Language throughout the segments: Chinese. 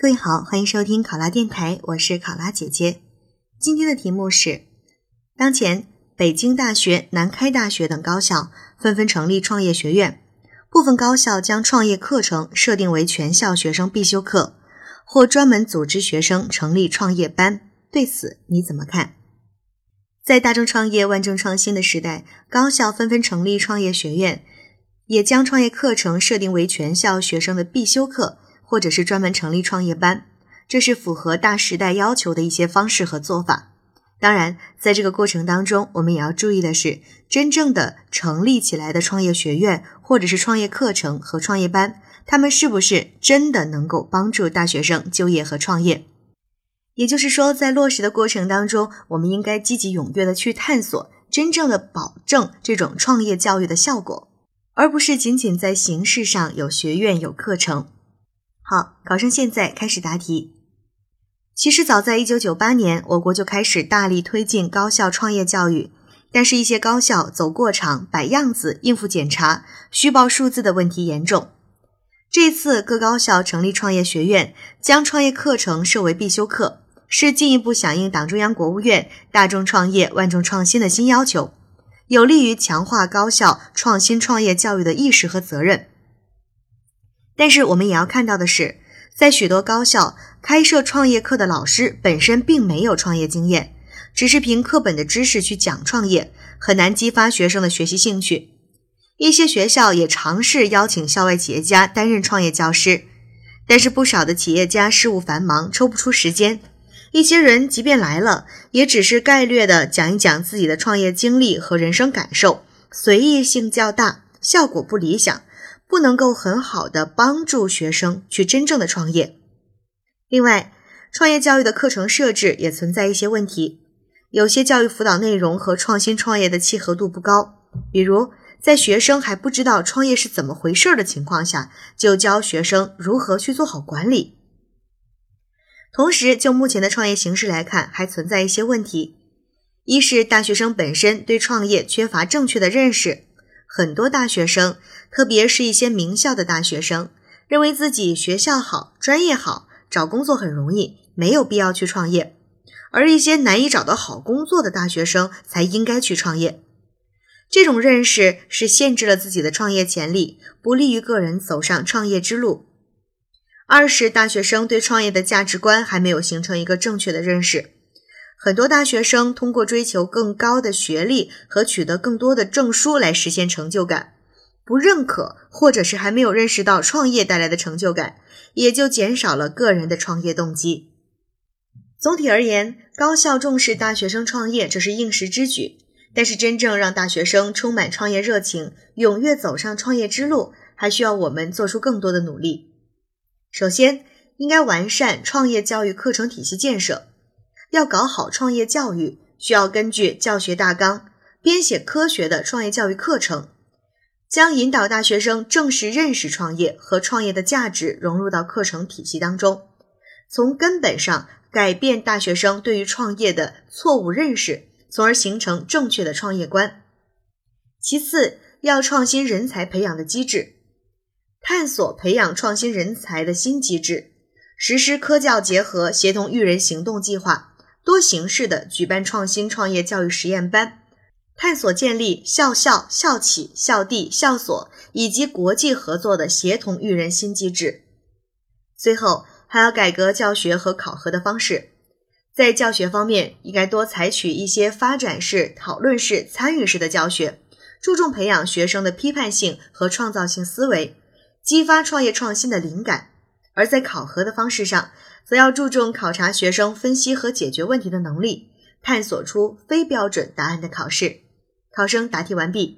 各位好，欢迎收听考拉电台，我是考拉姐姐。今天的题目是，当前北京大学、南开大学等高校纷纷成立创业学院，部分高校将创业课程设定为全校学生必修课，或专门组织学生成立创业班，对此你怎么看？在大众创业、万众创新的时代，高校纷纷成立创业学院，也将创业课程设定为全校学生的必修课，或者是专门成立创业班，这是符合大时代要求的一些方式和做法。当然，在这个过程当中，我们也要注意的是，真正的成立起来的创业学院或者是创业课程和创业班，他们是不是真的能够帮助大学生就业和创业？也就是说，在落实的过程当中，我们应该积极踊跃的去探索，真正的保证这种创业教育的效果，而不是仅仅在形式上有学院有课程。好，考生现在开始答题。其实早在1998年，我国就开始大力推进高校创业教育，但是一些高校走过场、摆样子、应付检查、虚报数字的问题严重。这次各高校成立创业学院，将创业课程设为必修课，是进一步响应党中央、国务院大众创业、万众创新的新要求，有利于强化高校创新创业教育的意识和责任。但是我们也要看到的是，在许多高校开设创业课的老师本身并没有创业经验，只是凭课本的知识去讲创业，很难激发学生的学习兴趣。一些学校也尝试邀请校外企业家担任创业教师，但是不少的企业家事务繁忙，抽不出时间。一些人即便来了，也只是概略地讲一讲自己的创业经历和人生感受，随意性较大，效果不理想，不能够很好的帮助学生去真正的创业。另外，创业教育的课程设置也存在一些问题，有些教育辅导内容和创新创业的契合度不高，比如在学生还不知道创业是怎么回事的情况下，就教学生如何去做好管理。同时，就目前的创业形势来看，还存在一些问题。一是大学生本身对创业缺乏正确的认识，很多大学生，特别是一些名校的大学生，认为自己学校好、专业好，找工作很容易，没有必要去创业，而一些难以找到好工作的大学生才应该去创业。这种认识是限制了自己的创业潜力，不利于个人走上创业之路。二是大学生对创业的价值观还没有形成一个正确的认识，很多大学生通过追求更高的学历和取得更多的证书来实现成就感，不认可或者是还没有认识到创业带来的成就感，也就减少了个人的创业动机。总体而言，高校重视大学生创业，这是应时之举，但是真正让大学生充满创业热情，踊跃走上创业之路，还需要我们做出更多的努力。首先，应该完善创业教育课程体系建设。要搞好创业教育，需要根据教学大纲，编写科学的创业教育课程，将引导大学生正式认识创业和创业的价值融入到课程体系当中，从根本上改变大学生对于创业的错误认识，从而形成正确的创业观。其次，要创新人才培养的机制，探索培养创新人才的新机制，实施科教结合协同育人行动计划，多形式的举办创新创业教育实验班，探索建立校校、校企、校地、校所以及国际合作的协同育人新机制。最后，还要改革教学和考核的方式。在教学方面，应该多采取一些发展式、讨论式、参与式的教学，注重培养学生的批判性和创造性思维，激发创业创新的灵感。而在考核的方式上，则要注重考察学生分析和解决问题的能力，探索出非标准答案的考试。考生答题完毕。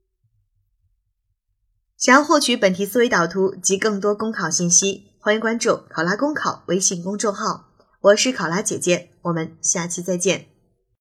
想要获取本题思维导图及更多公考信息，欢迎关注考拉公考微信公众号。我是考拉姐姐，我们下期再见。